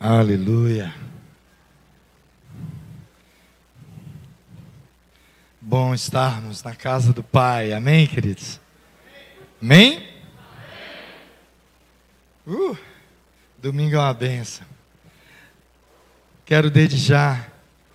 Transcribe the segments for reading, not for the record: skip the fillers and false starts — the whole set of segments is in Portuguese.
Aleluia. Bom estarmos na casa do Pai. Amém, queridos? Amém? Domingo é uma benção. Quero desde já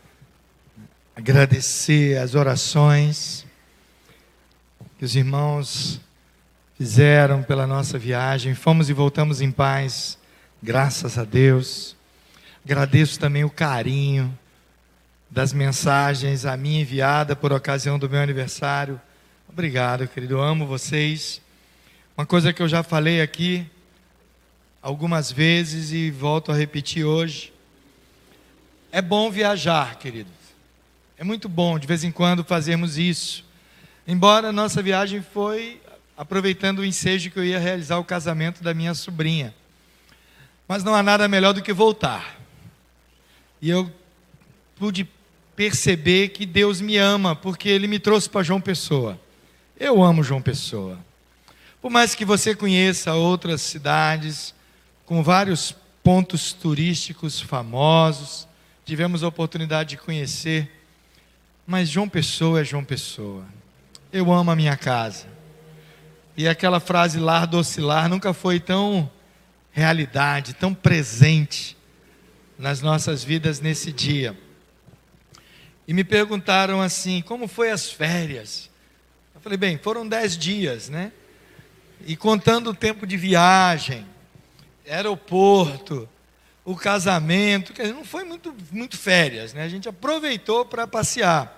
agradecer as orações que os irmãos fizeram pela nossa viagem. Fomos e voltamos em paz, graças a Deus. Agradeço também o carinho das mensagens a mim enviada por ocasião do meu aniversário. Obrigado, querido, eu amo vocês. Uma coisa que eu já falei aqui algumas vezes e volto a repetir hoje: é bom viajar, queridos. É muito bom de vez em quando fazermos isso. Embora a nossa viagem foi aproveitando o ensejo que eu ia realizar o casamento da minha sobrinha. Mas não há nada melhor do que voltar. E eu pude perceber que Deus me ama, porque Ele me trouxe para João Pessoa. Eu amo João Pessoa. Por mais que você conheça outras cidades, com vários pontos turísticos famosos, tivemos a oportunidade de conhecer, mas João Pessoa é João Pessoa. Eu amo a minha casa. E aquela frase lar doce lar nunca foi tão realidade, tão presente nas nossas vidas nesse dia. E me perguntaram assim: como foi as férias? Eu falei, bem, foram 10 dias, né? E contando o tempo de viagem, aeroporto, o casamento, quer dizer, não foi muito férias, né? A gente aproveitou para passear.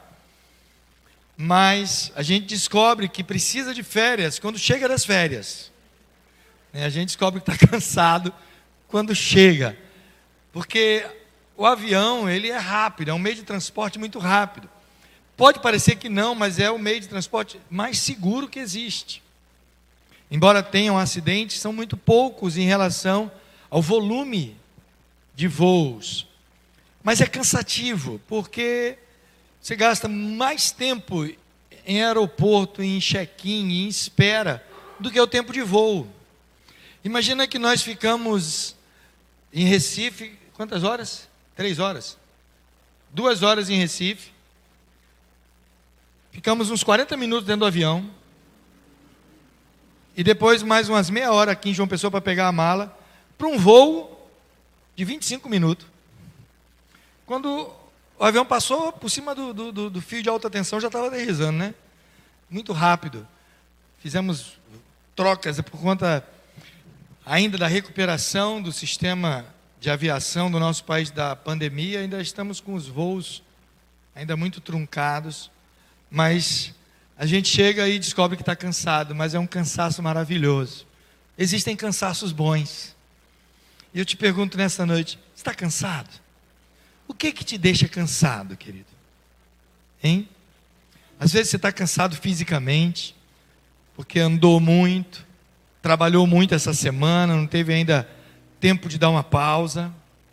Mas a gente descobre que precisa de férias quando chega das férias. A gente descobre que está cansado quando chega. Porque o avião, ele é rápido, é um meio de transporte muito rápido. Pode parecer que não, mas é o meio de transporte mais seguro que existe. Embora tenham acidentes, são muito poucos em relação ao volume de voos. Mas é cansativo, porque você gasta mais tempo em aeroporto, em check-in, em espera, do que o tempo de voo. Imagina que nós ficamos em Recife, quantas horas? 3 horas. 2 horas em Recife. Ficamos uns 40 minutos dentro do avião. E depois mais umas meia hora aqui em João Pessoa para pegar a mala, para um voo de 25 minutos. Quando o avião passou por cima do fio de alta tensão, já estava aterrissando, né? Muito rápido. Fizemos trocas por conta ainda da recuperação do sistema de aviação do nosso país da pandemia. Ainda estamos com os voos ainda muito truncados, mas a gente chega e descobre que está cansado, mas é um cansaço maravilhoso. Existem cansaços bons. E eu te pergunto nessa noite: você está cansado? O que te deixa cansado, querido? Hein? Às vezes você está cansado fisicamente, porque andou muito, trabalhou muito essa semana, não teve ainda tempo de dar uma pausa.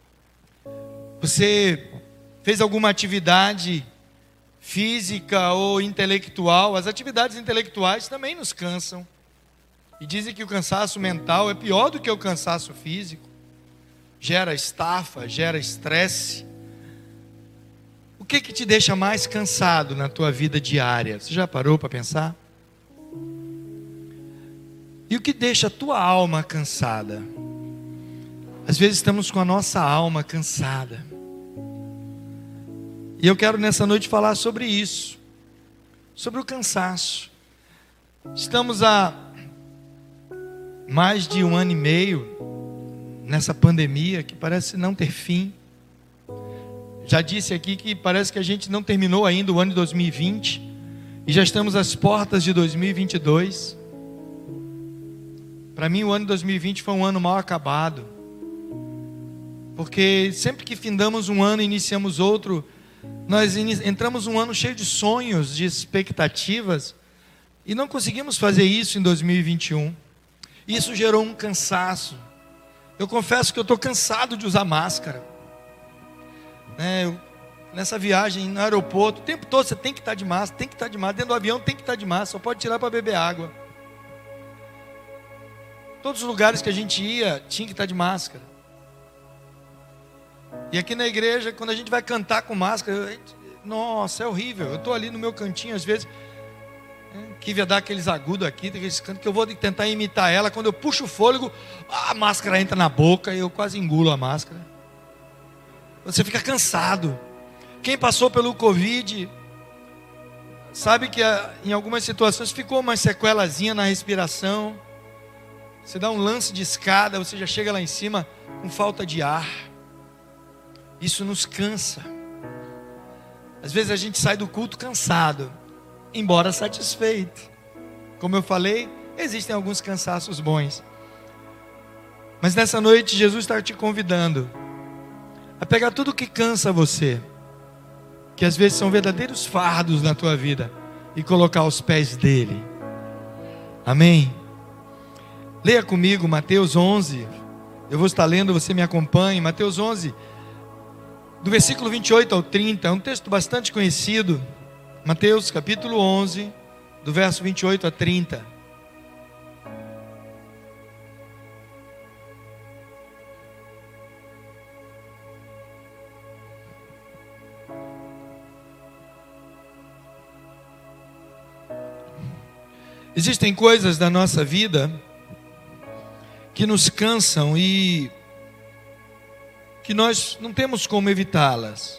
Você fez alguma atividade física ou intelectual. As atividades intelectuais também nos cansam. E dizem que o cansaço mental é pior do que o cansaço físico. Gera estafa, gera estresse. O que te deixa mais cansado na tua vida diária? Você já parou para pensar? E o que deixa a tua alma cansada? Às vezes estamos com a nossa alma cansada. E eu quero nessa noite falar sobre isso. Sobre o cansaço. Estamos há mais de 1 ano e meio nessa pandemia que parece não ter fim. Já disse aqui que parece que a gente não terminou ainda o ano de 2020 e já estamos às portas de 2022. Para mim o ano de 2020 foi um ano mal acabado, porque sempre que findamos um ano e iniciamos outro, nós entramos um ano cheio de sonhos, de expectativas, e não conseguimos fazer isso em 2021. Isso gerou um cansaço. Eu confesso que eu estou cansado de usar máscara. Nessa viagem no aeroporto, o tempo todo você tem que estar de máscara, dentro do avião tem que estar de máscara, só pode tirar para beber água. Todos os lugares que a gente ia, tinha que estar de máscara. E aqui na igreja, quando a gente vai cantar com máscara, nossa, é horrível. Eu estou ali no meu cantinho, às vezes, que ia dar aqueles agudos aqui, aqueles cantos, que eu vou tentar imitar ela. Quando eu puxo o fôlego, a máscara entra na boca e eu quase engulo a máscara. Você fica cansado. Quem passou pelo Covid sabe que em algumas situações ficou uma sequelazinha na respiração. Você dá um lance de escada, você já chega lá em cima com falta de ar. Isso nos cansa. Às vezes a gente sai do culto cansado, embora satisfeito. Como eu falei, existem alguns cansaços bons. Mas nessa noite Jesus está te convidando a pegar tudo que cansa você, que às vezes são verdadeiros fardos na tua vida, e colocar aos pés dele. Amém? Leia comigo Mateus 11. Eu vou estar lendo, você me acompanhe. Mateus 11, do versículo 28 ao 30. É um texto bastante conhecido. Mateus capítulo 11, do verso 28 a 30. Existem coisas da nossa vida que nos cansam e que nós não temos como evitá-las.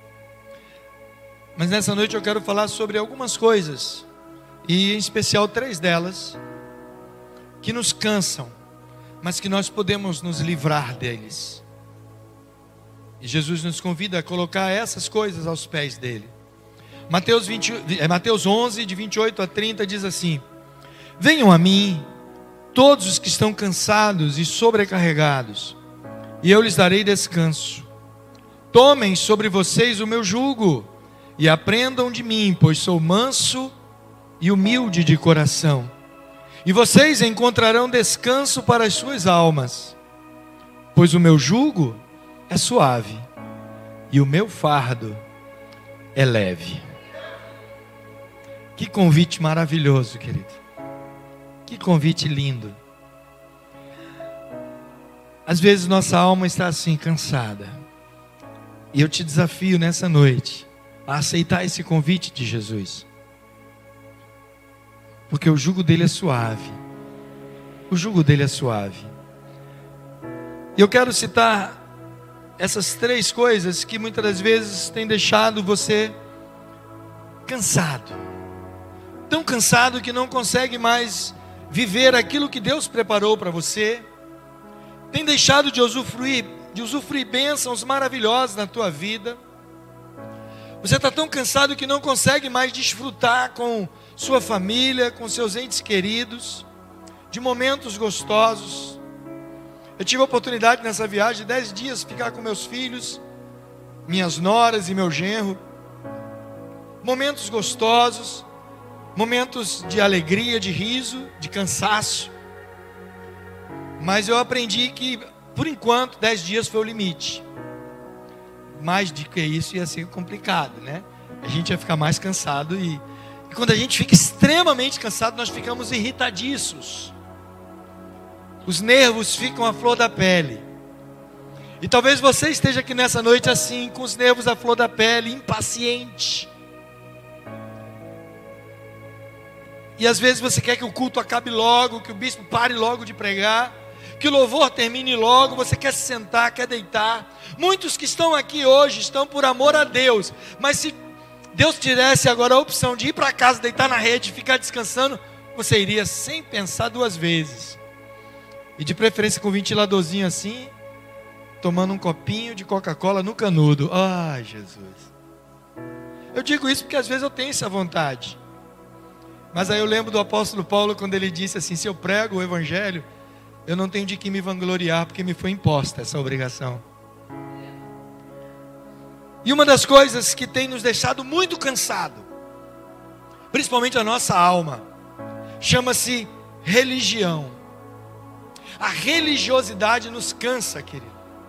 Mas nessa noite eu quero falar sobre algumas coisas, e em especial 3 delas, que nos cansam, mas que nós podemos nos livrar deles. E Jesus nos convida a colocar essas coisas aos pés dele. Mateus 11, de 28 a 30 diz assim: venham a mim, todos os que estão cansados e sobrecarregados, e eu lhes darei descanso. Tomem sobre vocês o meu jugo, e aprendam de mim, pois sou manso e humilde de coração, e vocês encontrarão descanso para as suas almas, pois o meu jugo é suave, e o meu fardo é leve. Que convite maravilhoso, querido. Que convite lindo. Às vezes nossa alma está assim, cansada. E eu te desafio nessa noite a aceitar esse convite de Jesus. Porque o jugo dele é suave. O jugo dele é suave. E eu quero citar essas 3 coisas que muitas das vezes têm deixado você cansado. Tão cansado que não consegue mais viver aquilo que Deus preparou para você, tem deixado de usufruir bênçãos maravilhosas na tua vida. Você está tão cansado que não consegue mais desfrutar com sua família, com seus entes queridos, de momentos gostosos. Eu tive a oportunidade nessa viagem de 10 dias ficar com meus filhos, minhas noras e meu genro. Momentos gostosos, momentos de alegria, de riso, de cansaço. Mas eu aprendi que, por enquanto, 10 dias foi o limite. Mais do que isso ia ser complicado, né? A gente ia ficar mais cansado e quando a gente fica extremamente cansado, nós ficamos irritadiços. Os nervos ficam à flor da pele. E talvez você esteja aqui nessa noite assim, com os nervos à flor da pele, impaciente. E às vezes você quer que o culto acabe logo, que o bispo pare logo de pregar, que o louvor termine logo, você quer se sentar, quer deitar. Muitos que estão aqui hoje estão por amor a Deus, mas se Deus tivesse agora a opção de ir para casa, deitar na rede, ficar descansando, você iria sem pensar 2 vezes. E de preferência com um ventiladorzinho assim, tomando um copinho de Coca-Cola no canudo. Ai, Jesus. Eu digo isso porque às vezes eu tenho essa vontade. Mas aí eu lembro do apóstolo Paulo quando ele disse assim: se eu prego o evangelho, eu não tenho de que me vangloriar, porque me foi imposta essa obrigação. E uma das coisas que tem nos deixado muito cansado, principalmente a nossa alma, chama-se religião. A religiosidade nos cansa, querido.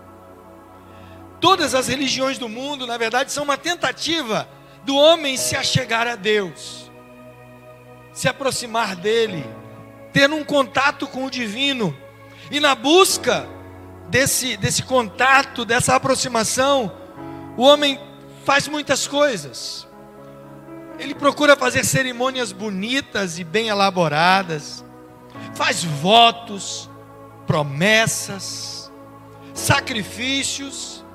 Todas as religiões do mundo, na verdade, são uma tentativa do homem se achegar a Deus, se aproximar dele, ter um contato com o divino. E na busca desse contato, dessa aproximação, o homem faz muitas coisas. Ele procura fazer cerimônias bonitas e bem elaboradas, faz votos, promessas, sacrifícios.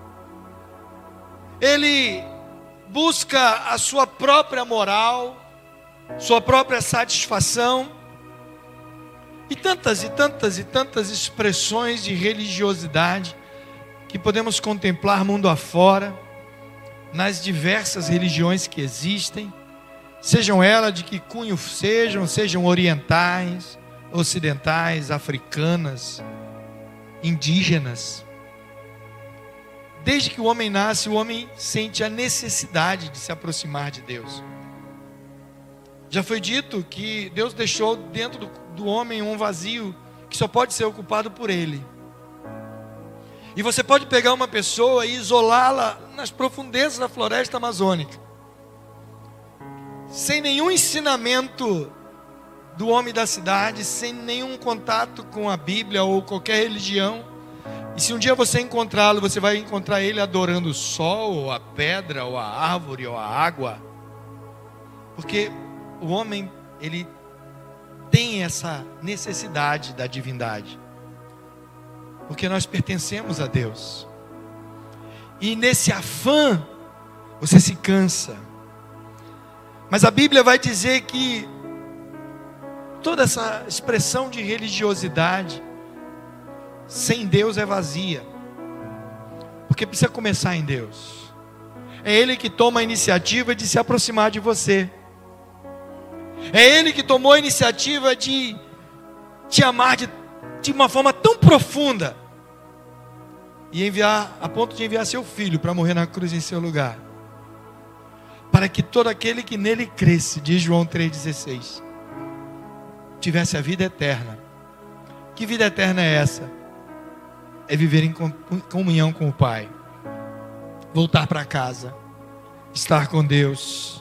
Ele busca a sua própria moral, sua própria satisfação, e tantas expressões de religiosidade que podemos contemplar mundo afora, nas diversas religiões que existem, sejam elas de que cunho sejam orientais, ocidentais, africanas, indígenas. Desde que o homem nasce, o homem sente a necessidade de se aproximar de Deus. Já foi dito que Deus deixou dentro do homem um vazio que só pode ser ocupado por Ele. E você pode pegar uma pessoa e isolá-la nas profundezas da floresta amazônica, sem nenhum ensinamento do homem da cidade, sem nenhum contato com a Bíblia ou qualquer religião. E se um dia você encontrá-lo, você vai encontrar ele adorando o sol, ou a pedra, ou a árvore, ou a água. Porque o homem, ele tem essa necessidade da divindade. Porque nós pertencemos a Deus. E nesse afã, você se cansa. Mas a Bíblia vai dizer que toda essa expressão de religiosidade sem Deus é vazia. Porque precisa começar em Deus. É Ele que toma a iniciativa de se aproximar de você. É Ele que tomou a iniciativa de te amar de uma forma tão profunda, e enviar, a ponto de enviar seu filho para morrer na cruz em seu lugar, para que todo aquele que nele cresce, diz João 3,16, tivesse a vida eterna. Que vida eterna é essa? É viver em comunhão com o Pai, voltar para casa, estar com Deus.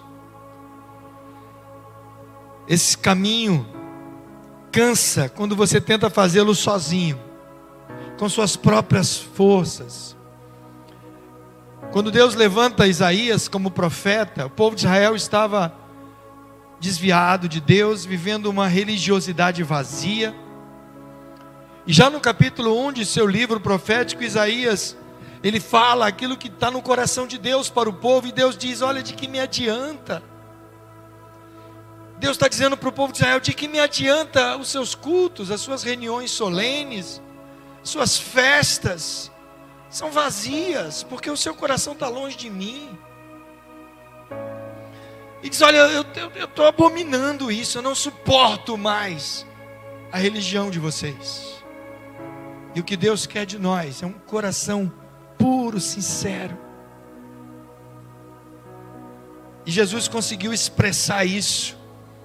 Esse caminho cansa quando você tenta fazê-lo sozinho, com suas próprias forças. Quando Deus levanta Isaías como profeta, o povo de Israel estava desviado de Deus, vivendo uma religiosidade vazia. E já no capítulo 1 de seu livro profético, Isaías, ele fala aquilo que está no coração de Deus para o povo, e Deus diz: olha, de que me adianta? Deus está dizendo para o povo de Israel: de que me adianta os seus cultos, as suas reuniões solenes, suas festas, são vazias, porque o seu coração está longe de mim. E diz: olha, eu estou abominando isso, eu não suporto mais a religião de vocês. E o que Deus quer de nós é um coração puro, sincero. E Jesus conseguiu expressar isso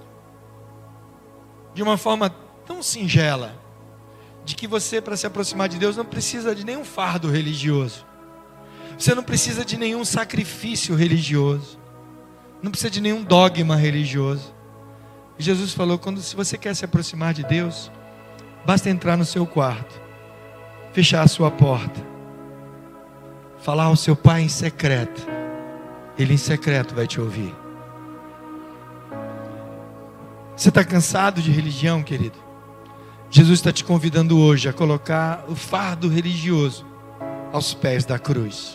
de uma forma tão singela, de que você, para se aproximar de Deus, não precisa de nenhum fardo religioso, você não precisa de nenhum sacrifício religioso, não precisa de nenhum dogma religioso. E Jesus falou: se você quer se aproximar de Deus, basta entrar no seu quarto, fechar a sua porta, falar ao seu Pai em secreto, Ele em secreto vai te ouvir. Você está cansado de religião, querido? Jesus está te convidando hoje a colocar o fardo religioso aos pés da cruz.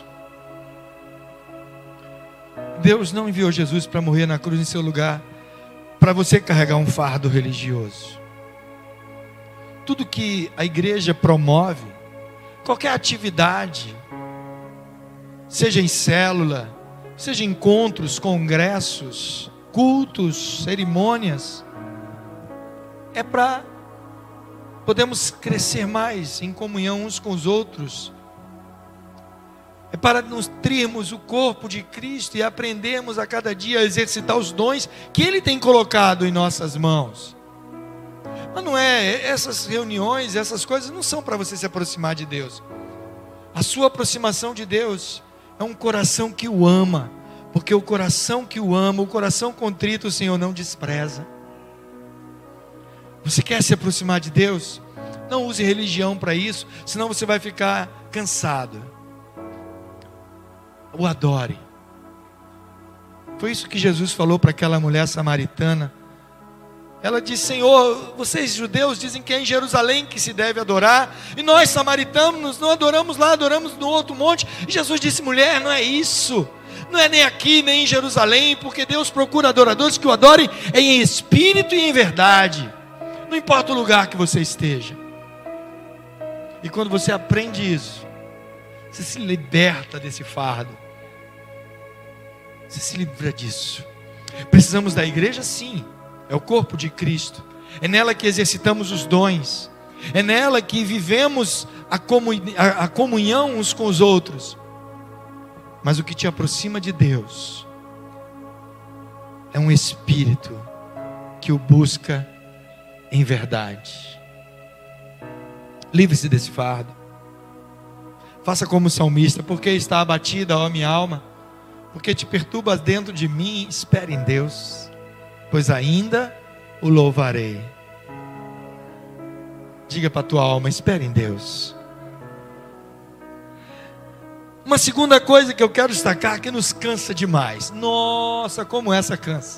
Deus não enviou Jesus para morrer na cruz em seu lugar, para você carregar um fardo religioso. Tudo que a igreja promove, qualquer atividade, seja em célula, seja em encontros, congressos, cultos, cerimônias, é para podermos crescer mais em comunhão uns com os outros, é para nutrirmos o corpo de Cristo e aprendermos a cada dia a exercitar os dons que Ele tem colocado em nossas mãos. Mas não é, essas reuniões, essas coisas não são para você se aproximar de Deus. A sua aproximação de Deus é um coração que o ama, porque o coração que o ama, o coração contrito, o Senhor não despreza. Você quer se aproximar de Deus? Não use religião para isso, senão você vai ficar cansado. O adore. Foi isso que Jesus falou para aquela mulher samaritana. Ela disse: Senhor, vocês judeus dizem que é em Jerusalém que se deve adorar, e nós samaritanos não adoramos lá, adoramos no outro monte. E Jesus disse: mulher, não é isso, não é nem aqui, nem em Jerusalém, porque Deus procura adoradores que o adorem em espírito e em verdade, não importa o lugar que você esteja. E quando você aprende isso, você se liberta desse fardo, você se livra disso. Precisamos da igreja, sim. É o corpo de Cristo. É nela que exercitamos os dons. É nela que vivemos a comunhão uns com os outros. Mas o que te aproxima de Deus é um espírito que o busca em verdade. Livre-se desse fardo. Faça como o salmista: porque está abatida, ó minha alma, porque te perturbas dentro de mim. Espere em Deus, pois ainda o louvarei. Diga para a tua alma: espere em Deus. Uma segunda coisa que eu quero destacar, que nos cansa demais. Nossa, como essa cansa.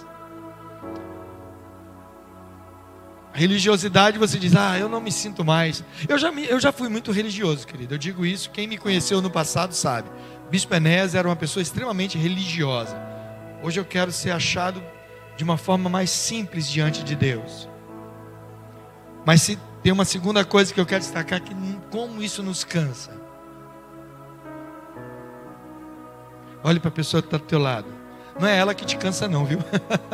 A religiosidade, você diz: eu não me sinto mais. Eu já fui muito religioso, querido. Eu digo isso, quem me conheceu no passado sabe. O Bispo Enéas era uma pessoa extremamente religiosa. Hoje eu quero ser achado de uma forma mais simples diante de Deus. Mas se tem uma segunda coisa que eu quero destacar, que como isso nos cansa. Olhe para a pessoa que está do teu lado. Não é ela que te cansa não, viu?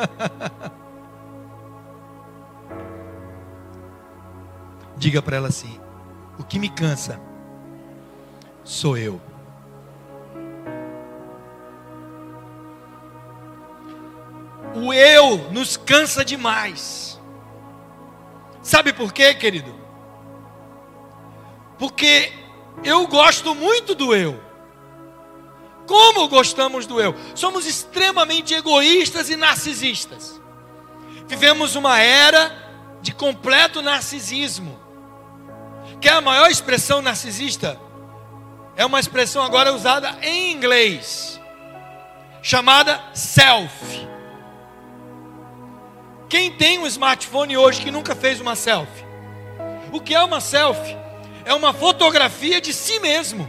Diga para ela assim: o que me cansa sou eu. O eu nos cansa demais. Sabe por quê, querido? Porque eu gosto muito do eu. Como gostamos do eu? Somos extremamente egoístas e narcisistas. Vivemos uma era de completo narcisismo. Que é a maior expressão narcisista? É uma expressão agora usada em inglês, chamada selfie. Quem tem um smartphone hoje que nunca fez uma selfie? O que é uma selfie? É uma fotografia de si mesmo.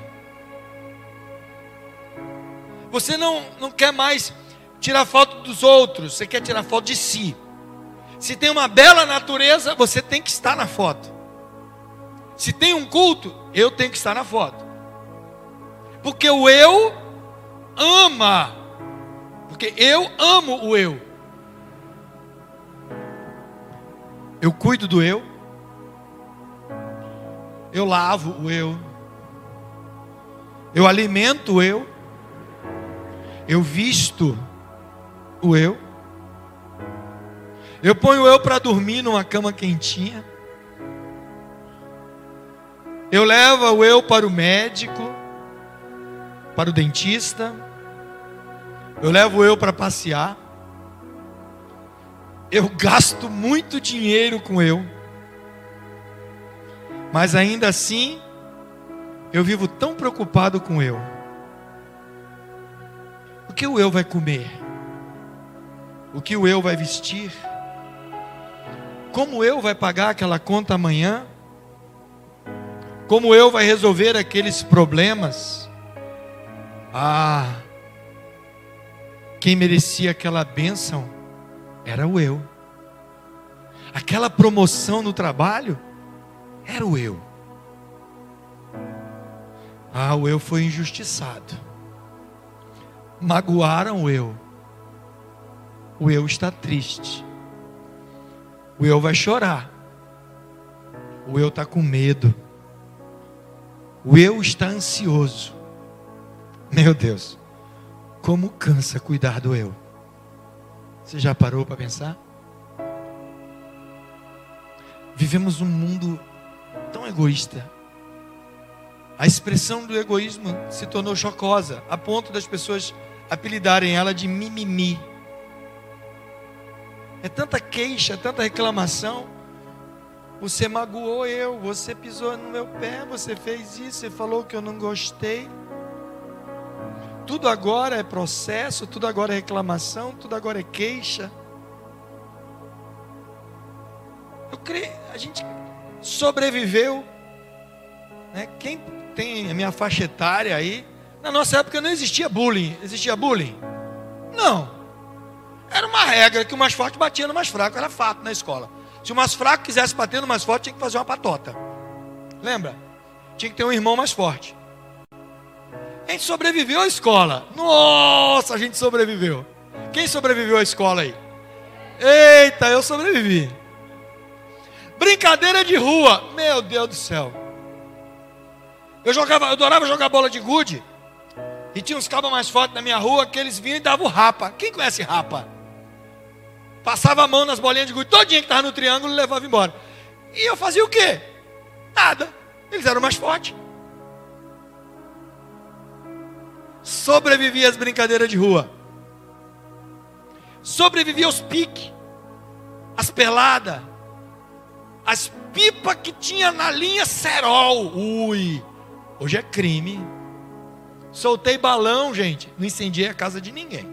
Você não quer mais tirar foto dos outros, você quer tirar foto de si. Se tem uma bela natureza, você tem que estar na foto. Se tem um culto, eu tenho que estar na foto. Porque o eu ama. Porque eu amo o eu. Eu cuido do eu. Eu lavo o eu. Eu alimento o eu. Eu visto o eu. Eu ponho o eu para dormir numa cama quentinha. Eu levo o eu para o médico, para o dentista. Eu levo o eu para passear. Eu gasto muito dinheiro com eu. Mas ainda assim, eu vivo tão preocupado com eu. O que o eu vai comer? O que o eu vai vestir? Como o eu vai pagar aquela conta amanhã? Como o eu vai resolver aqueles problemas? Quem merecia aquela bênção era o eu. Aquela promoção no trabalho era o eu. O eu foi injustiçado. Magoaram o eu. O eu está triste. O eu vai chorar. O eu está com medo. O eu está ansioso. Meu Deus, como cansa cuidar do eu. Você já parou para pensar? Vivemos um mundo tão egoísta. A expressão do egoísmo se tornou chocosa, a ponto das pessoas apelidarem ela de mimimi. É tanta queixa, tanta reclamação. Você magoou eu, você pisou no meu pé, você fez isso, você falou que eu não gostei. Tudo agora é processo, tudo agora é reclamação, tudo agora é queixa. Eu creio, a gente sobreviveu, né? Quem tem a minha faixa etária aí, na nossa época não existia bullying. Existia bullying? Não. Era uma regra que o mais forte batia no mais fraco, era fato na escola. Se o mais fraco quisesse bater no mais forte, tinha que fazer uma patota. Lembra? Tinha que ter um irmão mais forte. A gente sobreviveu à escola. Nossa, a gente sobreviveu. Quem sobreviveu à escola aí? Eita, eu sobrevivi. Brincadeira de rua. Meu Deus do céu. Eu adorava jogar bola de gude. E tinha uns cabos mais fortes na minha rua que eles vinham e davam rapa. Quem conhece rapa? Passava a mão nas bolinhas de gude, todinha que estava no triângulo e levava embora. E eu fazia o quê? Nada. Eles eram mais fortes. Sobrevivi às brincadeiras de rua. Sobrevivi aos piques, as peladas, as pipas que tinha na linha cerol. Ui, hoje é crime. Soltei balão, gente, não incendiei a casa de ninguém.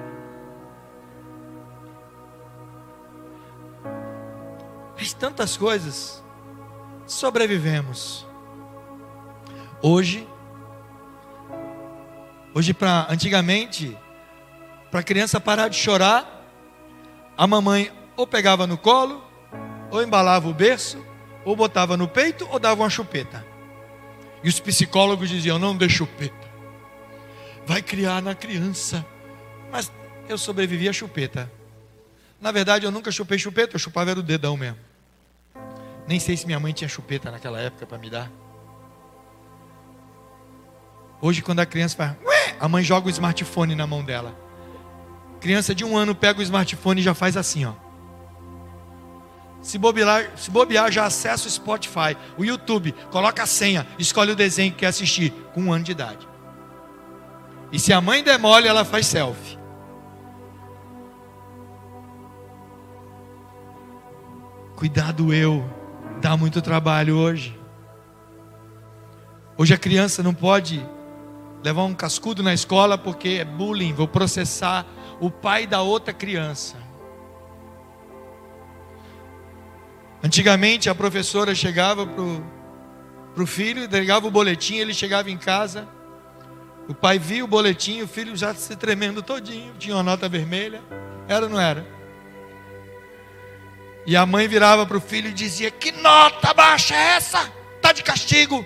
Fez tantas coisas, sobrevivemos. Hoje antigamente, para a criança parar de chorar, a mamãe ou pegava no colo, ou embalava o berço, ou botava no peito, ou dava uma chupeta. E os psicólogos diziam, não dê chupeta, vai criar na criança. Mas eu sobrevivi à chupeta. Na verdade eu nunca chupei chupeta, eu chupava era o dedão mesmo. Nem sei se minha mãe tinha chupeta naquela época para me dar. Hoje quando a criança faz, a mãe joga o smartphone na mão dela. Criança de 1 ano pega o smartphone e já faz assim, ó. Se bobear, já acessa o Spotify, o YouTube, coloca a senha, escolhe o desenho que quer assistir, com 1 ano de idade. E se a mãe der mole, ela faz selfie. Cuidado eu, dá muito trabalho hoje. Hoje a criança não pode levar um cascudo na escola porque é bullying, vou processar o pai da outra criança. Antigamente a professora chegava pro filho, entregava o boletim, ele chegava em casa, o pai via o boletim, o filho já se tremendo todinho, tinha uma nota vermelha, era ou não era? E a mãe virava para o filho e dizia, que nota baixa é essa? Está de castigo.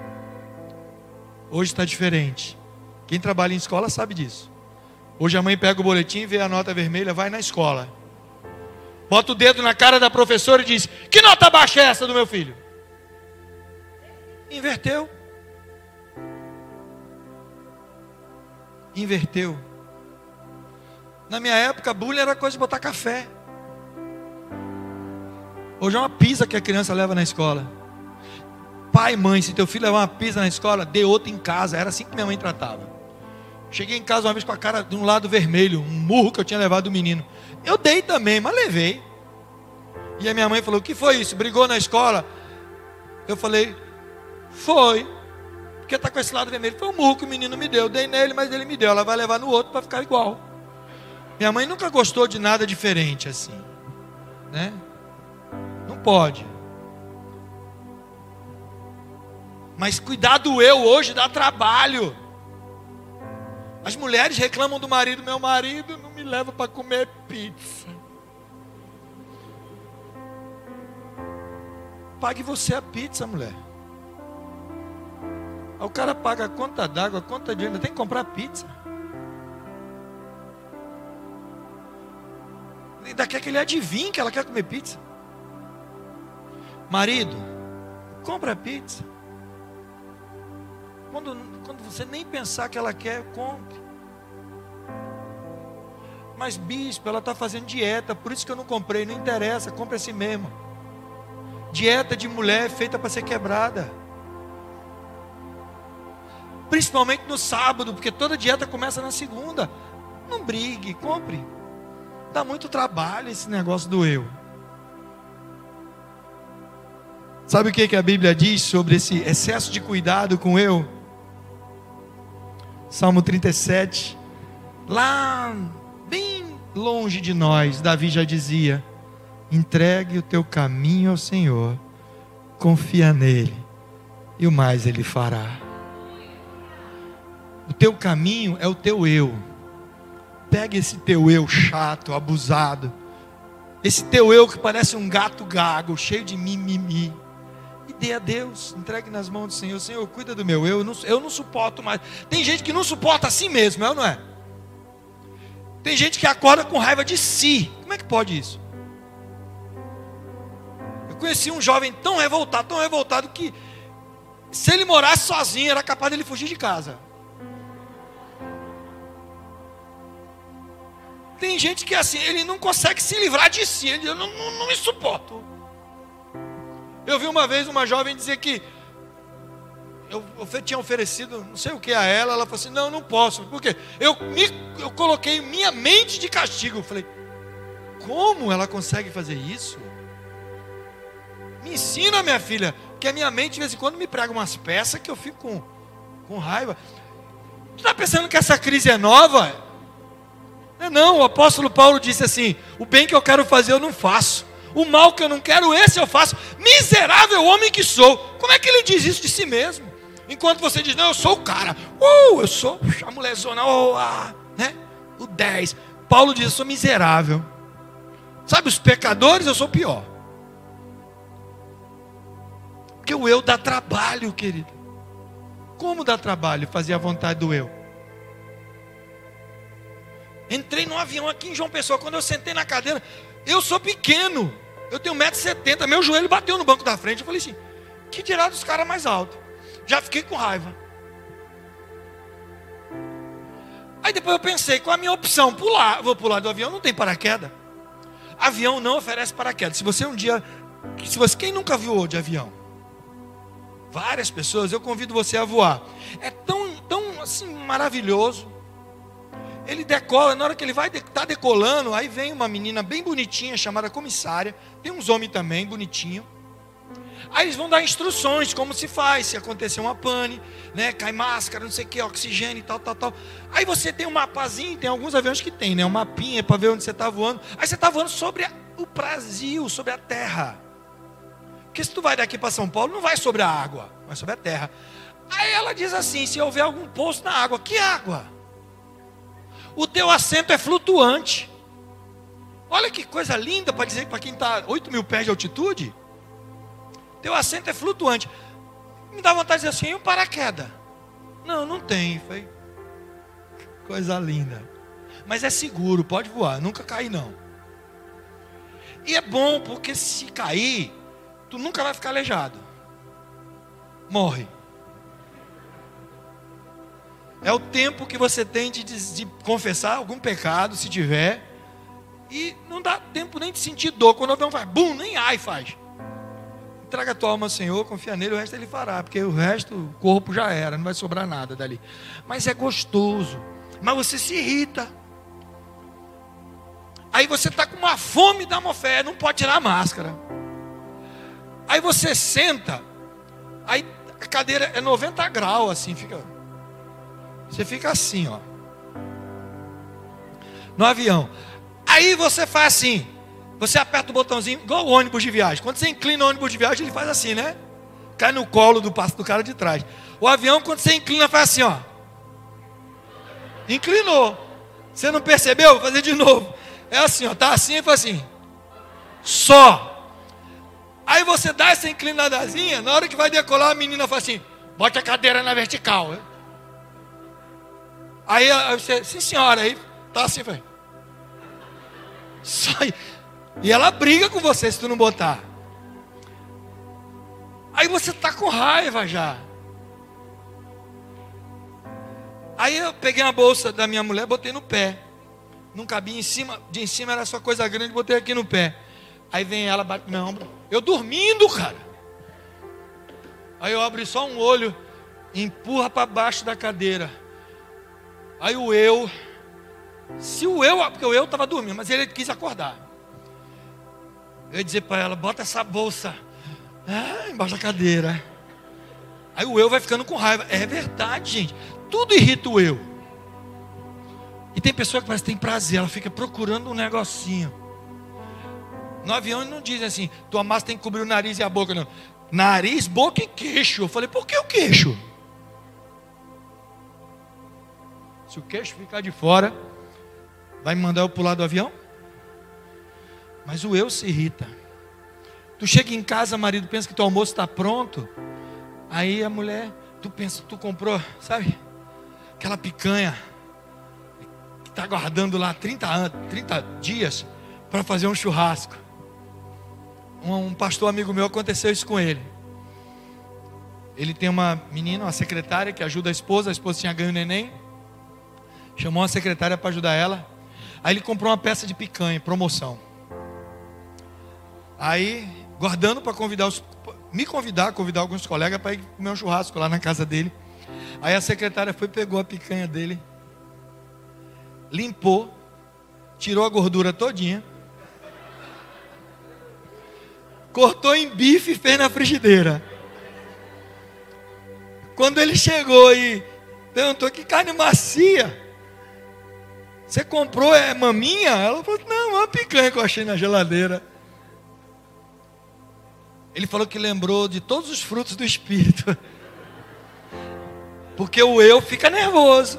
Hoje está diferente. Quem trabalha em escola sabe disso. Hoje a mãe pega o boletim, vê a nota vermelha, vai na escola, bota o dedo na cara da professora e diz, que nota baixa é essa do meu filho? Inverteu. Inverteu. Na minha época, bullying era coisa de botar café. Hoje é uma pizza que a criança leva na escola. Pai, mãe, se teu filho levar uma pizza na escola, dê outra em casa. Era assim que minha mãe tratava. Cheguei em casa uma vez com a cara de um lado vermelho, um murro que eu tinha levado do menino. Eu dei também, mas levei. E a minha mãe falou, o que foi isso? Brigou na escola? Eu falei, foi. Porque está com esse lado vermelho. Foi um murro que o menino me deu. Eu dei nele, mas ele me deu. Ela vai levar no outro para ficar igual. Minha mãe nunca gostou de nada diferente assim, né? Não pode. Mas cuidado eu hoje dá trabalho. As mulheres reclamam do marido, meu marido não me leva para comer pizza. Pague você a pizza, mulher. Aí o cara paga a conta d'água, a conta de ainda tem que comprar pizza. Ainda quer que ele adivinhe que ela quer comer pizza. Marido, compra pizza. Quando você nem pensar que ela quer, compre. Mas bispo, ela está fazendo dieta, por isso que eu não comprei, não interessa, compre assim mesmo. Dieta de mulher é feita para ser quebrada. Principalmente no sábado, porque toda dieta começa na segunda. Não brigue, compre. Dá muito trabalho esse negócio do eu. Sabe o que a Bíblia diz sobre esse excesso de cuidado com eu? Salmo 37, lá bem longe de nós, Davi já dizia: entregue o teu caminho ao Senhor, confia nele, e o mais ele fará. O teu caminho é o teu eu. Pega esse teu eu chato, abusado, esse teu eu que parece um gato gago, cheio de mimimi, e dê a Deus, entregue nas mãos do Senhor. Senhor, cuida do meu eu não suporto mais. Tem gente que não suporta a si mesmo, é ou não é? Tem gente que acorda com raiva de si. Como é que pode isso? Eu conheci um jovem tão revoltado que se ele morasse sozinho, era capaz de ele fugir de casa. Tem gente que assim, ele não consegue se livrar de si. Ele diz: eu não me suporto. Eu vi uma vez uma jovem dizer que eu tinha oferecido não sei o que a ela. Ela falou assim: não posso. Por quê? Eu coloquei minha mente de castigo. Eu falei: como ela consegue fazer isso? Me ensina, minha filha, que a minha mente de vez em quando me prega umas peças que eu fico com raiva. Tu está pensando que essa crise é nova? Não, o apóstolo Paulo disse assim: o bem que eu quero fazer eu não faço, o mal que eu não quero, esse eu faço. Miserável homem que sou. Como é que ele diz isso de si mesmo? Enquanto você diz: não, eu sou o cara, eu sou a mulherzona, né? O 10. Paulo diz: eu sou miserável. Sabe, os pecadores, eu sou pior. Porque o eu dá trabalho, querido. Como dá trabalho fazer a vontade do eu? Entrei num avião aqui em João Pessoa. Quando eu sentei na cadeira, eu sou pequeno, eu tenho 1,70 m, meu joelho bateu no banco da frente. Eu falei assim: que dirá dos caras mais altos? Já fiquei com raiva. Aí depois eu pensei: qual a minha opção? Pular. Vou pular do avião, não tem paraquedas. Avião não oferece paraquedas. Quem nunca voou de avião? Várias pessoas, eu convido você a voar. É tão assim maravilhoso. Ele decola, na hora que ele vai estar decolando, aí vem uma menina bem bonitinha, chamada comissária. Tem uns homens também, bonitinho. Aí eles vão dar instruções, como se faz, se acontecer uma pane, né? Cai máscara, não sei o que, oxigênio e tal. Aí você tem um mapazinho, tem alguns aviões que tem, né? Um mapinha para ver onde você está voando. Aí você está voando sobre o Brasil, sobre a terra. Porque se tu vai daqui para São Paulo, não vai sobre a água, vai sobre a terra. Aí ela diz assim: se houver algum poço na água, que água? O teu assento é flutuante. Olha que coisa linda para dizer para quem está 8.000 pés de altitude. Teu assento é flutuante. Me dá vontade de dizer assim: e um paraquedas? Não tem. Foi coisa linda. Mas é seguro, pode voar, nunca cair não. E é bom, porque se cair, tu nunca vai ficar aleijado. Morre. É o tempo que você tem de confessar algum pecado, se tiver. E não dá tempo nem de sentir dor. Quando o avião faz bum, nem ai faz. Entrega a tua alma ao Senhor, confia nele, o resto ele fará. Porque o resto, o corpo já era, não vai sobrar nada dali. Mas é gostoso. Mas você se irrita. Aí você está com uma fome da mofé, não pode tirar a máscara. Aí você senta, aí a cadeira é 90 graus, assim, você fica assim, ó, no avião. Aí você faz assim, você aperta o botãozinho, igual o ônibus de viagem. Quando você inclina o ônibus de viagem, ele faz assim, né? Cai no colo do cara de trás. O avião, quando você inclina, faz assim, ó. Inclinou. Você não percebeu? Vou fazer de novo. É assim, ó, tá assim e faz assim. Só. Aí você dá essa inclinadazinha, na hora que vai decolar, a menina fala assim: bote a cadeira na vertical. Aí você, sim senhora, aí tá assim, vai. E ela briga com você se tu não botar. Aí você tá com raiva já. Aí eu peguei a bolsa da minha mulher, botei no pé. Não cabia em cima, de em cima era só coisa grande, botei aqui no pé. Aí vem ela, bate no meu ombro. Eu dormindo, cara. Aí eu abro só um olho, empurra para baixo da cadeira. Aí o eu, porque o eu estava dormindo, mas ele quis acordar. Eu ia dizer para ela: bota essa bolsa Embaixo da cadeira. Aí o eu vai ficando com raiva. É verdade, gente. Tudo irrita o eu. E tem pessoa que parece que tem prazer. Ela fica procurando um negocinho. No avião não dizem assim: tua massa tem que cobrir o nariz e a boca. Não. Nariz, boca e queixo. Eu falei: por que o queixo? Se o queixo ficar de fora, vai me mandar eu pular do avião? Mas o eu se irrita. Tu chega em casa, marido pensa que teu almoço está pronto. Aí a mulher, tu pensa, tu comprou, sabe? Aquela picanha que está guardando lá 30 dias para fazer um churrasco. Um pastor amigo meu, aconteceu isso com ele. Ele tem uma menina, uma secretária que ajuda a esposa tinha ganho neném. Chamou uma secretária para ajudar ela. Aí ele comprou uma peça de picanha, promoção. Aí, guardando para convidar alguns colegas para ir comer um churrasco lá na casa dele. Aí a secretária foi, pegou a picanha dele, limpou, tirou a gordura todinha, cortou em bife e fez na frigideira. Quando ele chegou e perguntou: que carne macia, você comprou, é maminha? Ela falou: não, é uma picanha que eu achei na geladeira. Ele falou que lembrou de todos os frutos do Espírito. Porque o eu fica nervoso.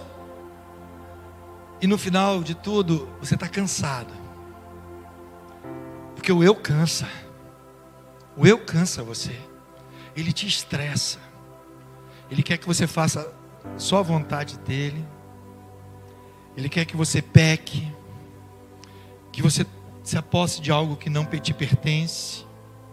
E no final de tudo, você está cansado. Porque o eu cansa. O eu cansa você. Ele te estressa. Ele quer que você faça só a vontade dele. Ele quer que você peque. Que você se aposse de algo que não te pertence.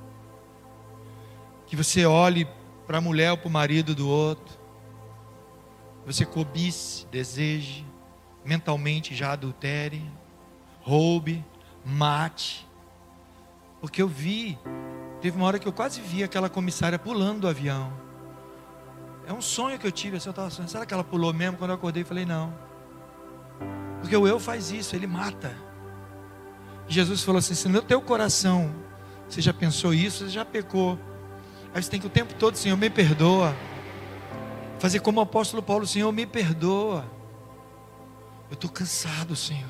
Que você olhe para a mulher ou para o marido do outro. Você cobice, deseje, mentalmente já adultere, roube, mate. Porque teve uma hora que eu quase vi aquela comissária pulando do avião. É um sonho que eu tive, assim, eu estava sonhando, será que ela pulou mesmo? Quando eu acordei, falei: não. Porque o eu faz isso, ele mata. E Jesus falou assim: se no teu coração você já pensou isso, você já pecou. Aí você tem que o tempo todo: Senhor, me perdoa. Fazer como o apóstolo Paulo: Senhor, me perdoa. Eu estou cansado, Senhor.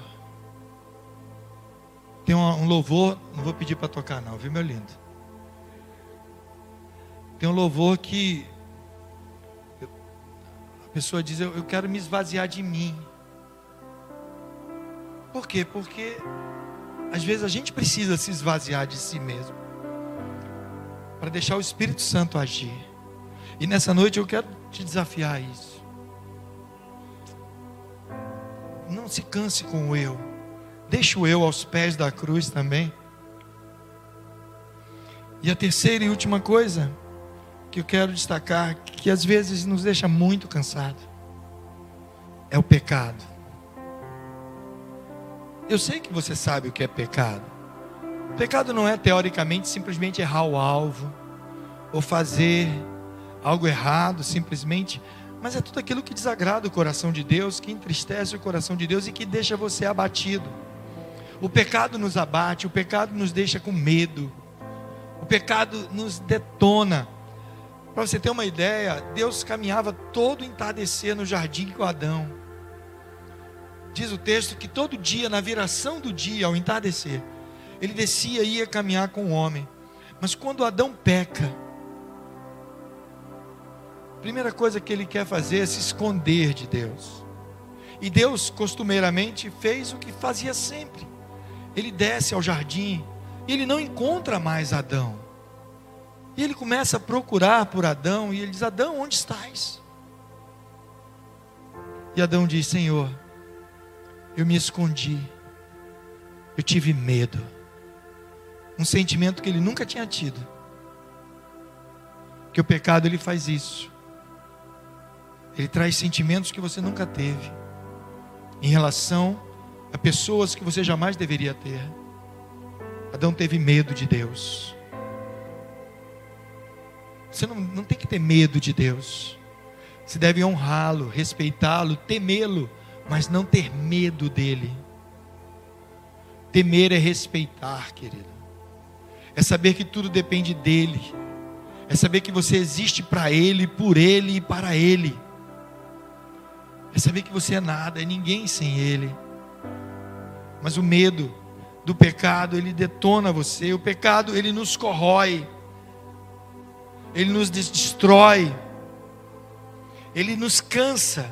Tem um louvor, não vou pedir para tocar não, viu, meu lindo? Tem um louvor que a pessoa diz: eu quero me esvaziar de mim. Por quê? Porque às vezes a gente precisa se esvaziar de si mesmo para deixar o Espírito Santo agir. E nessa noite eu quero te desafiar a isso. Não se canse com o eu. Deixa o eu aos pés da cruz também. E a terceira e última coisa que eu quero destacar, que às vezes nos deixa muito cansado, é o pecado. Eu sei que você sabe o que é pecado. Pecado não é teoricamente simplesmente errar o alvo, ou fazer algo errado simplesmente, mas é tudo aquilo que desagrada o coração de Deus, que entristece o coração de Deus e que deixa você abatido. O pecado nos abate, o pecado nos deixa com medo, o pecado nos detona. Para você ter uma ideia, Deus caminhava todo entardecer no jardim com Adão. Diz o texto que todo dia, na viração do dia, ao entardecer, ele descia e ia caminhar com o homem. Mas quando Adão peca, a primeira coisa que ele quer fazer é se esconder de Deus. E Deus costumeiramente fez o que fazia sempre. Ele desce ao jardim e ele não encontra mais Adão. E ele começa a procurar por Adão e ele diz: Adão, onde estás? E Adão diz: Senhor, eu me escondi, eu tive medo. Um sentimento que ele nunca tinha tido. Que o pecado ele faz isso. Ele traz sentimentos que você nunca teve em relação a pessoas que você jamais deveria ter. Adão teve medo de Deus. Você não tem que ter medo de Deus. Você deve honrá-lo, respeitá-lo, temê-lo, mas não ter medo dele. Temer é respeitar, querido. É saber que tudo depende dele. É saber que você existe para Ele, por Ele e para Ele. É saber que você é nada, é ninguém sem Ele. Mas o medo do pecado, ele detona você. O pecado, ele nos corrói. Ele nos destrói. Ele nos cansa.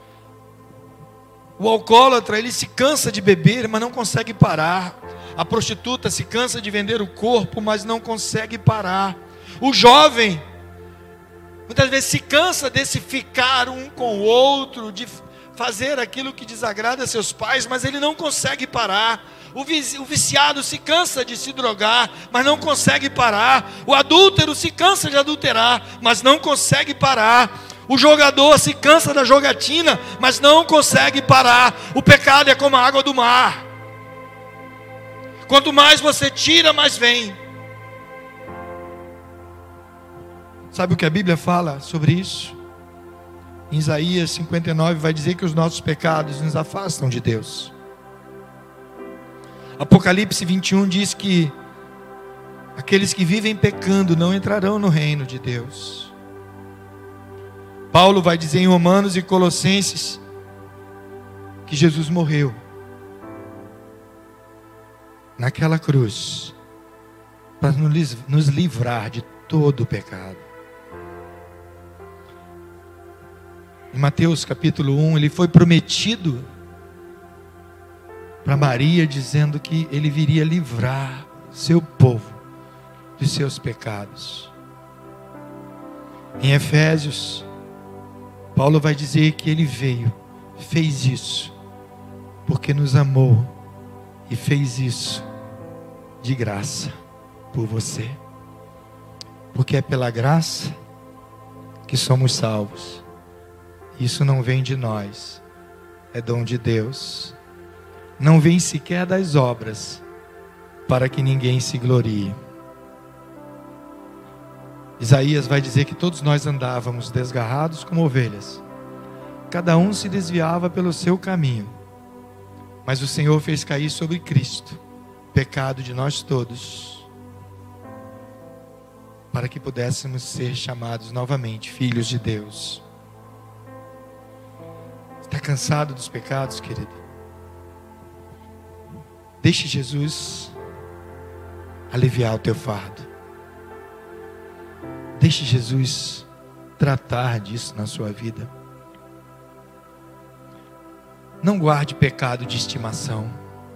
O alcoólatra, ele se cansa de beber, mas não consegue parar. A prostituta se cansa de vender o corpo, mas não consegue parar. O jovem, muitas vezes se cansa desse ficar um com o outro, de fazer aquilo que desagrada a seus pais, mas ele não consegue parar. O viciado se cansa de se drogar, mas não consegue parar. O adúltero se cansa de adulterar, mas não consegue parar. O jogador se cansa da jogatina, mas não consegue parar. O pecado é como a água do mar. Quanto mais você tira, mais vem. Sabe o que a Bíblia fala sobre isso? Em Isaías 59 vai dizer que os nossos pecados nos afastam de Deus. Apocalipse 21 diz que aqueles que vivem pecando não entrarão no reino de Deus. Paulo vai dizer em Romanos e Colossenses que Jesus morreu naquela cruz para nos livrar de todo o pecado. Em Mateus capítulo 1, ele foi prometido para Maria, dizendo que ele viria livrar seu povo dos seus pecados. Em Efésios, Paulo vai dizer que ele veio, fez isso, porque nos amou e fez isso de graça por você. Porque é pela graça que somos salvos. Isso não vem de nós, é dom de Deus. Não vem sequer das obras, para que ninguém se glorie. Isaías vai dizer que todos nós andávamos desgarrados como ovelhas. Cada um se desviava pelo seu caminho. Mas o Senhor fez cair sobre Cristo o pecado de nós todos, para que pudéssemos ser chamados novamente filhos de Deus. Está cansado dos pecados, querido? Deixe Jesus aliviar o teu fardo. Deixe Jesus tratar disso na sua vida. Não guarde pecado de estimação.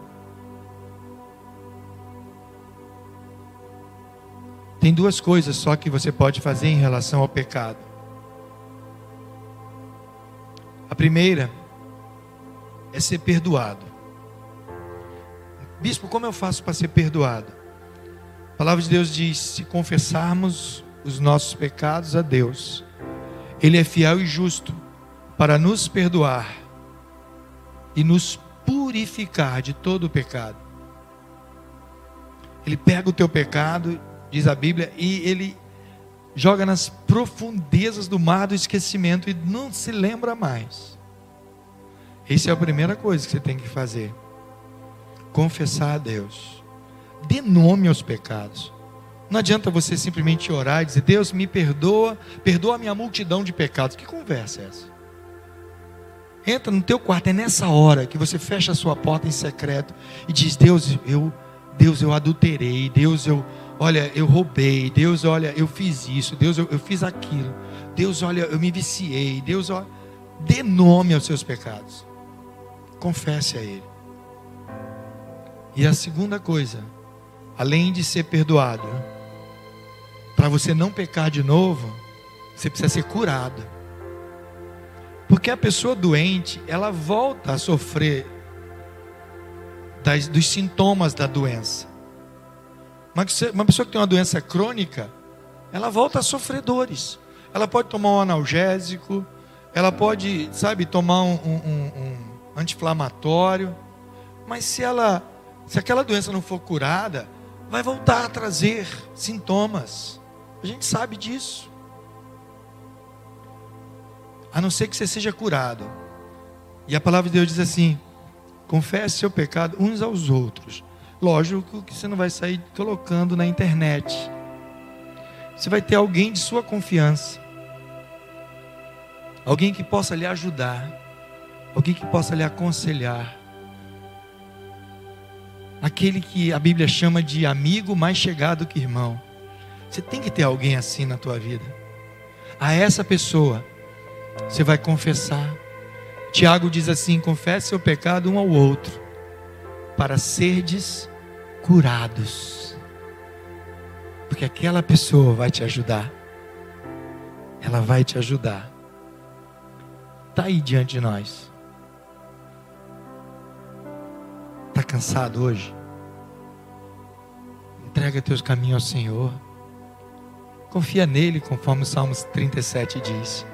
Tem duas coisas só que você pode fazer em relação ao pecado. A primeira é ser perdoado. Bispo, como eu faço para ser perdoado? A palavra de Deus diz: se confessarmos os nossos pecados a Deus, Ele é fiel e justo para nos perdoar e nos purificar de todo o pecado. Ele pega o teu pecado, diz a Bíblia, e Ele joga nas profundezas do mar do esquecimento e não se lembra mais. Essa é a primeira coisa que você tem que fazer: confessar a Deus. Dê nome aos pecados. Não adianta você simplesmente orar e dizer: Deus me perdoa, perdoa a minha multidão de pecados. Que conversa é essa? Entra no teu quarto, é nessa hora que você fecha a sua porta em secreto e diz: Deus, eu adulterei. Deus, olha, eu roubei. Deus, olha, eu fiz isso. Deus, eu fiz aquilo. Deus, olha, eu me viciei. Deus, olha, dê nome aos seus pecados. Confesse a Ele. E a segunda coisa, além de ser perdoado, para você não pecar de novo, você precisa ser curado. Porque a pessoa doente, ela volta a sofrer dos sintomas da doença. Uma pessoa que tem uma doença crônica, ela volta a sofrer dores. Ela pode tomar um analgésico, ela pode, tomar um anti-inflamatório, mas se aquela doença não for curada, vai voltar a trazer sintomas. A gente sabe disso. A não ser que você seja curado. E a palavra de Deus diz assim: confesse seu pecado uns aos outros. Lógico que você não vai sair colocando na internet. você vai ter alguém de sua confiança, alguém que possa lhe ajudar, alguém que possa lhe aconselhar, aquele que a Bíblia chama de amigo mais chegado que irmão. Você tem que ter alguém assim na tua vida. A essa pessoa você vai confessar. Tiago diz assim: confesse seu pecado um ao outro, para serdes curados. Porque aquela pessoa vai te ajudar. Ela vai te ajudar. Está aí diante de nós. Está cansado hoje? Entrega teus caminhos ao Senhor. Confia nele, conforme o Salmos 37 diz.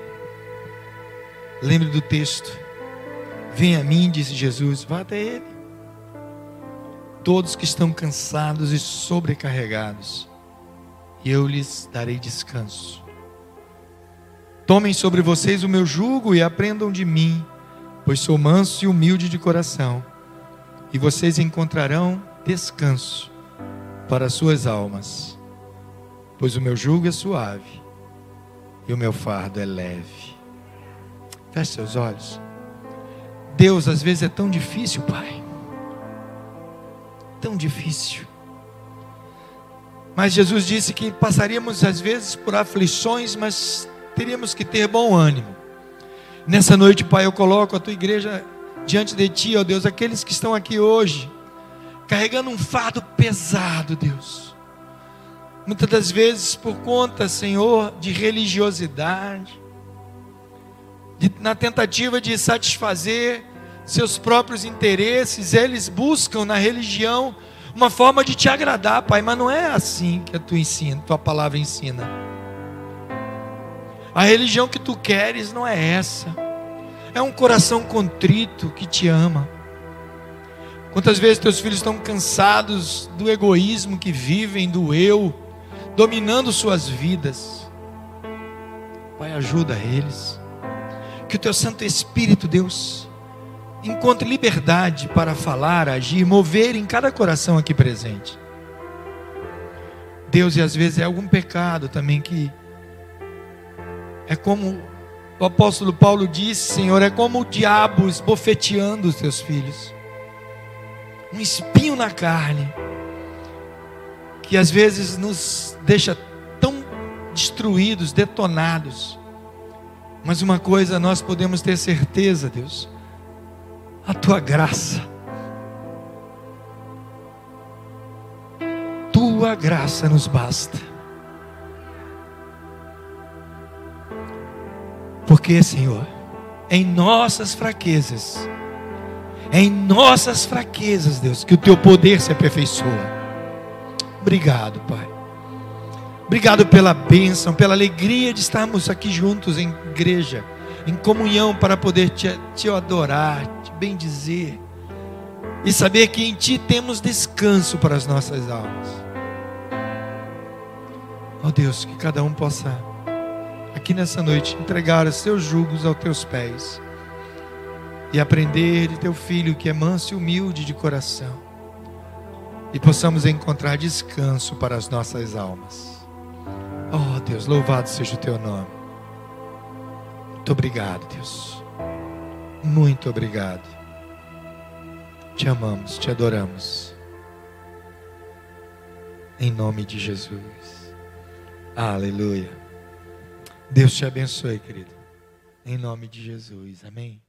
Lembre do texto: venha a mim, disse Jesus, vá até ele. Todos que estão cansados e sobrecarregados, e eu lhes darei descanso. Tomem sobre vocês o meu jugo e aprendam de mim, pois sou manso e humilde de coração, e vocês encontrarão descanso para as suas almas, pois o meu jugo é suave e o meu fardo é leve. Feche seus olhos. Deus, às vezes é tão difícil, Pai, tão difícil. Mas Jesus disse que passaríamos às vezes por aflições, mas teríamos que ter bom ânimo. Nessa noite, Pai, eu coloco a tua igreja diante de ti, ó Deus, aqueles que estão aqui hoje carregando um fardo pesado, Deus, muitas das vezes por conta, Senhor, de religiosidade, na tentativa de satisfazer seus próprios interesses. Eles buscam na religião uma forma de te agradar, Pai, mas não é assim que tua palavra ensina. A religião que tu queres não é essa. É um coração contrito que te ama. Quantas vezes teus filhos estão cansados do egoísmo que vivem, do eu, dominando suas vidas. Pai, ajuda eles. Que o teu Santo Espírito, Deus, encontre liberdade para falar, agir, mover em cada coração aqui presente. Deus, e às vezes é algum pecado também que é como o apóstolo Paulo disse, Senhor, é como o diabo esbofeteando os teus filhos. Um espinho na carne, que às vezes nos deixa tão destruídos, detonados. Mas uma coisa nós podemos ter certeza, Deus: a tua graça, tua graça nos basta. Porque, Senhor, em nossas fraquezas, Deus, que o teu poder se aperfeiçoa. Obrigado, Pai. Obrigado pela bênção, pela alegria de estarmos aqui juntos em igreja, em comunhão, para poder te adorar, te bendizer e saber que em ti temos descanso para as nossas almas. Ó Deus, que cada um possa aqui nessa noite entregar os seus jugos aos teus pés e aprender de teu filho, que é manso e humilde de coração, e possamos encontrar descanso para as nossas almas. Oh Deus, louvado seja o teu nome. Muito obrigado, Deus. Muito obrigado. Te amamos, te adoramos. Em nome de Jesus. Aleluia. Deus te abençoe, querido. Em nome de Jesus. Amém.